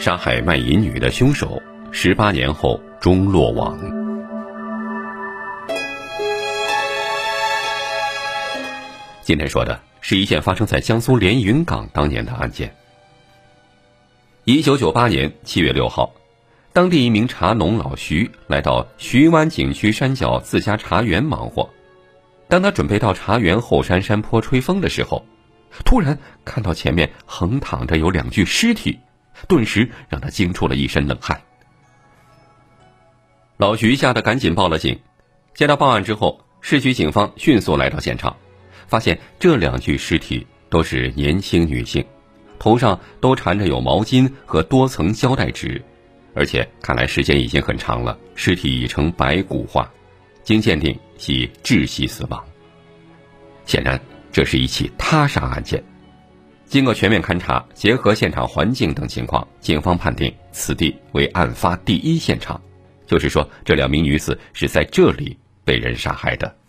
杀害卖淫女的凶手18年后终落网。今天说的是一件发生在江苏连云港当年的案件。1998年7月6号，当地一名茶农老徐来到徐湾景区山脚自家茶园忙活。当他准备到茶园后山山坡吹风的时候，突然看到前面横躺着有2具尸体，顿时让他惊出了一身冷汗。老徐吓得赶紧报了警。接到报案之后，市区警方迅速来到现场，发现这2具尸体都是年轻女性，头上都缠着有毛巾和多层胶带纸，而且看来时间已经很长了，尸体已成白骨化，经鉴定系窒息死亡。显然这是一起他杀案件。经过全面勘查，结合现场环境等情况，警方判定此地为案发第1现场，就是说这2名女子是在这里被人杀害的。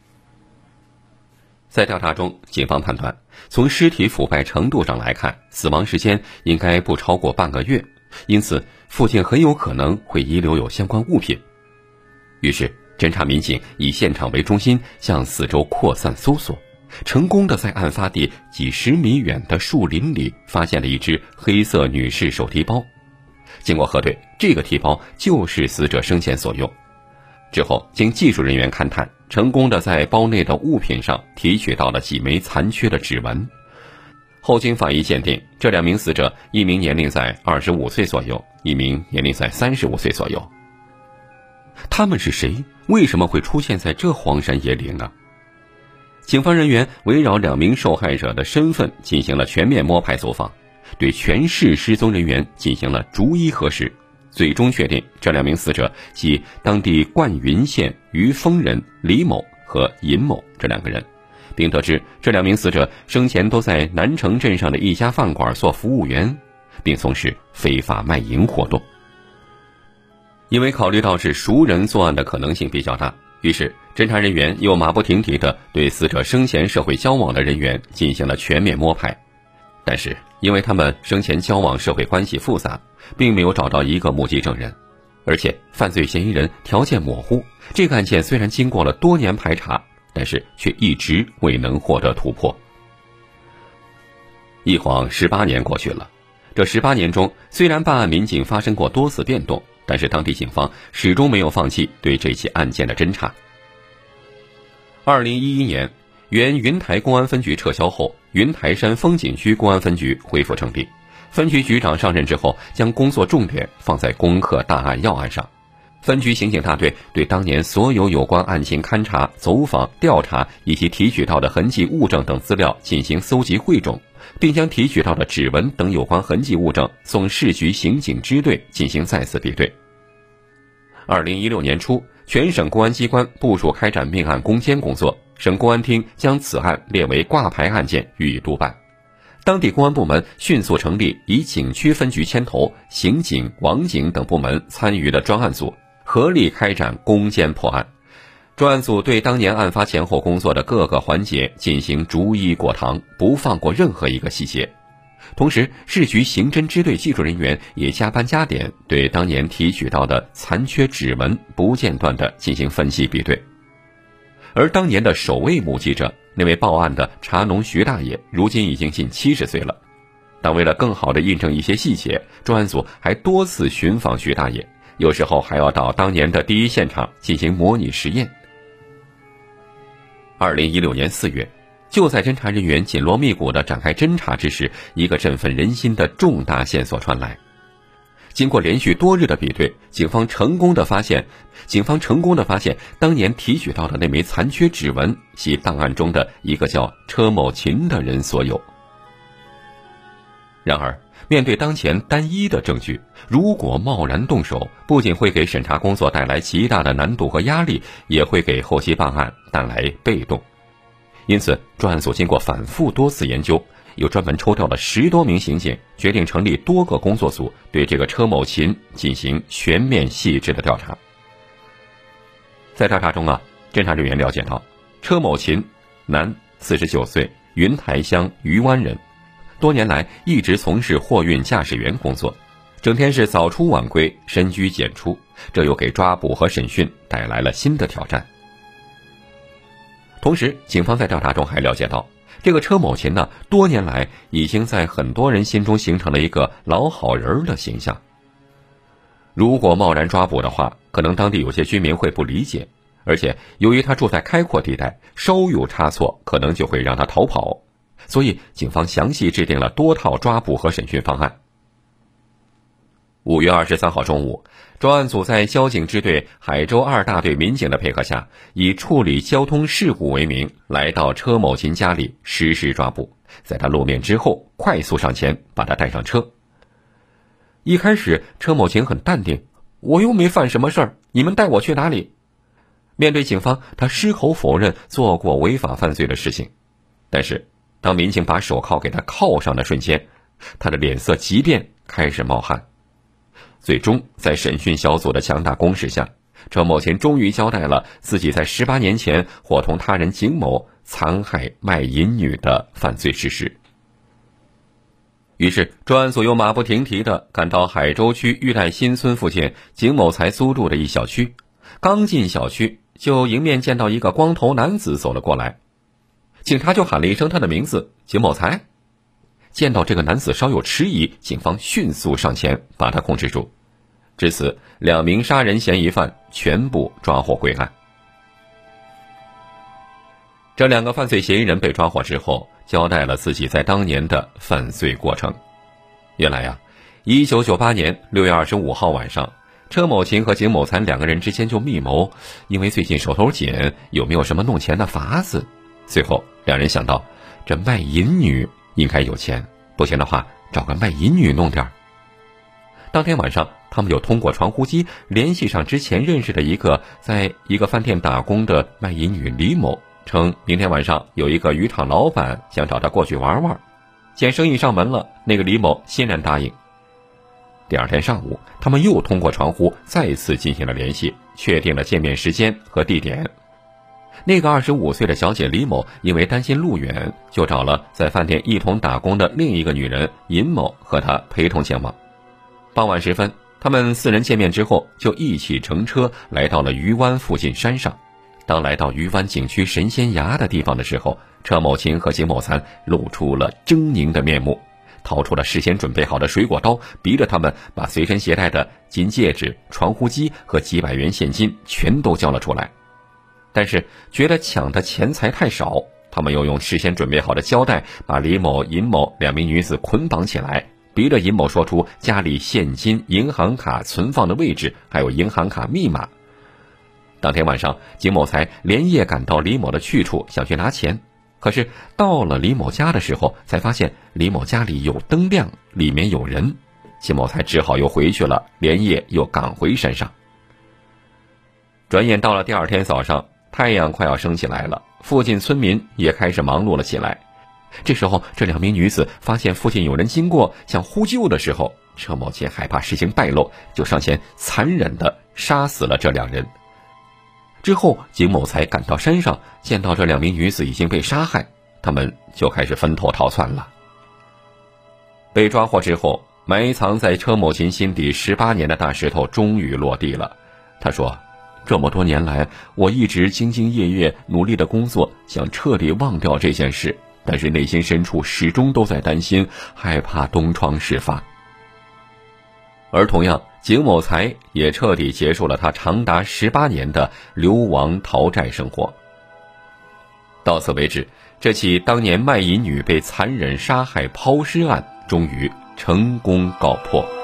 在调查中，警方判断从尸体腐败程度上来看，死亡时间应该不超过半个月，因此附近很有可能会遗留有相关物品。于是侦查民警以现场为中心向四周扩散搜索，成功的在案发地几十米远的树林里发现了一只黑色女士手提包。经过核对，这个提包就是死者生前所用。之后经技术人员勘探，成功的在包内的物品上提取到了几枚残缺的指纹。后经法医鉴定，这2名死者，一名年龄在25岁左右，一名年龄在35岁左右。他们是谁？为什么会出现在这荒山野岭呢？警方人员围绕2名受害者的身份进行了全面摸排走访，对全市失踪人员进行了逐一核实，最终确定这2名死者即当地灌云县于丰人李某和尹某这2个人，并得知这2名死者生前都在南城镇上的一家饭馆做服务员，并从事非法卖淫活动。因为考虑到是熟人作案的可能性比较大，于是侦查人员又马不停蹄地对死者生前社会交往的人员进行了全面摸排。但是因为他们生前交往社会关系复杂，并没有找到一个目击证人，而且犯罪嫌疑人条件模糊，这个案件虽然经过了多年排查，但是却一直未能获得突破。一晃18年过去了，这18年中，虽然办案民警发生过多次变动，但是当地警方始终没有放弃对这起案件的侦查。2011年，原云台公安分局撤销后，云台山风景区公安分局恢复成立。分局局长上任之后，将工作重点放在攻克大案要案上。分局刑警大队对当年所有有关案情勘查、走访、调查以及提取到的痕迹物证等资料进行搜集汇总，并将提取到的指纹等有关痕迹物证送市局刑警支队进行再次比对。2016年初，全省公安机关部署开展命案攻坚工作，省公安厅将此案列为挂牌案件予以督办。当地公安部门迅速成立以景区分局牵头，刑警、网警等部门参与的专案组，合力开展攻坚破案。专案组对当年案发前后工作的各个环节进行逐一过堂，不放过任何一个细节。同时，市局刑侦支队技术人员也加班加点，对当年提取到的残缺指纹不间断地进行分析比对。而当年的首位目击者，那位报案的茶农徐大爷，如今已经近70岁了。但为了更好地印证一些细节，专案组还多次寻访徐大爷，有时候还要到当年的第1现场进行模拟实验。2016年4月，就在侦查人员紧锣密鼓地展开侦查之时，一个振奋人心的重大线索传来。经过连续多日的比对，警方成功地发现当年提取到的那枚残缺指纹系档案中的一个叫车某琴的人所有。然而，面对当前单一的证据，如果贸然动手，不仅会给审查工作带来极大的难度和压力，也会给后期办案带来被动。因此，专案组经过反复多次研究，又专门抽调了10多名刑警，决定成立多个工作组，对这个车某琴进行全面细致的调查。在调查中侦查人员了解到，车某琴，男，49岁，云台乡余湾人，多年来一直从事货运驾驶员工作， 整天是早出晚归，深居简出，这又给抓捕和审讯带来了新的挑战。同时，警方在调查中还了解到，这个车某琴呢，多年来已经在很多人心中形成了一个老好人的形象。如果贸然抓捕的话，可能当地有些居民会不理解，而且由于他住在开阔地带，稍有差错可能就会让他逃跑，所以警方详细制定了多套抓捕和审讯方案。5月23号中午，专案组在交警支队海州2大队民警的配合下，以处理交通事故为名，来到车某琴家里实施抓捕。在他露面之后，快速上前把他带上车。一开始，车某琴很淡定，我又没犯什么事儿，你们带我去哪里？面对警方，他矢口否认做过违法犯罪的事情。但是，当民警把手铐给他铐上的瞬间，他的脸色急变，开始冒汗。最终，在审讯小组的强大攻势下，车某琴终于交代了自己在18年前伙同他人景某残害卖淫女的犯罪事实。于是，专案组又马不停蹄地赶到海州区玉带新村附近景某才租住的一小区。刚进小区，就迎面见到一个光头男子走了过来，警察就喊了一声他的名字：景某才。见到这个男子稍有迟疑，警方迅速上前把他控制住。至此，2名杀人嫌疑犯全部抓获归案。这2个犯罪嫌疑人被抓获之后，交代了自己在当年的犯罪过程。原来1998年6月25号晚上，车某琴和景某才2个人之间就密谋，因为最近手头紧，有没有什么弄钱的法子？最后2人想到，这卖淫女应该有钱，不行的话找个卖淫女弄点儿。当天晚上，他们又通过传呼机联系上之前认识的一个在一个饭店打工的卖淫女李某，称明天晚上有一个渔场老板想找他过去玩玩。见生意上门了，那个李某欣然答应。第2天上午，他们又通过传呼再次进行了联系，确定了见面时间和地点。那个25岁的小姐李某因为担心路远，就找了在饭店一同打工的另一个女人尹某和她陪同前往。傍晚时分，他们4人见面之后，就一起乘车来到了鱼湾附近山上。当来到鱼湾景区神仙崖的地方的时候，车某琴和景某才露出了狰狞的面目，掏出了事先准备好的水果刀，逼着他们把随身携带的金戒指、传呼机和几百元现金全都交了出来。但是觉得抢的钱财太少，他们又用事先准备好的胶带把李某、尹某2名女子捆绑起来，逼着尹某说出家里现金、银行卡存放的位置，还有银行卡密码。当天晚上，景某才连夜赶到李某的去处，想去拿钱。可是到了李某家的时候，才发现李某家里有灯亮，里面有人。景某才只好又回去了，连夜又赶回山上。转眼到了第2天早上，太阳快要升起来了，附近村民也开始忙碌了起来。这时候，这2名女子发现附近有人经过，想呼救的时候，车某琴害怕事情败露，就上前残忍地杀死了这2人。之后，景某才赶到山上，见到这2名女子已经被杀害，他们就开始分头逃窜了。被抓获之后，埋藏在车某琴心底18年的大石头终于落地了。他说，这么多年来，我一直兢兢业业努力的工作，想彻底忘掉这件事，但是内心深处始终都在担心，害怕东窗事发。而同样，景某才也彻底结束了他长达18年的流亡逃债生活。到此为止，这起当年卖淫女被残忍杀害抛尸案终于成功告破。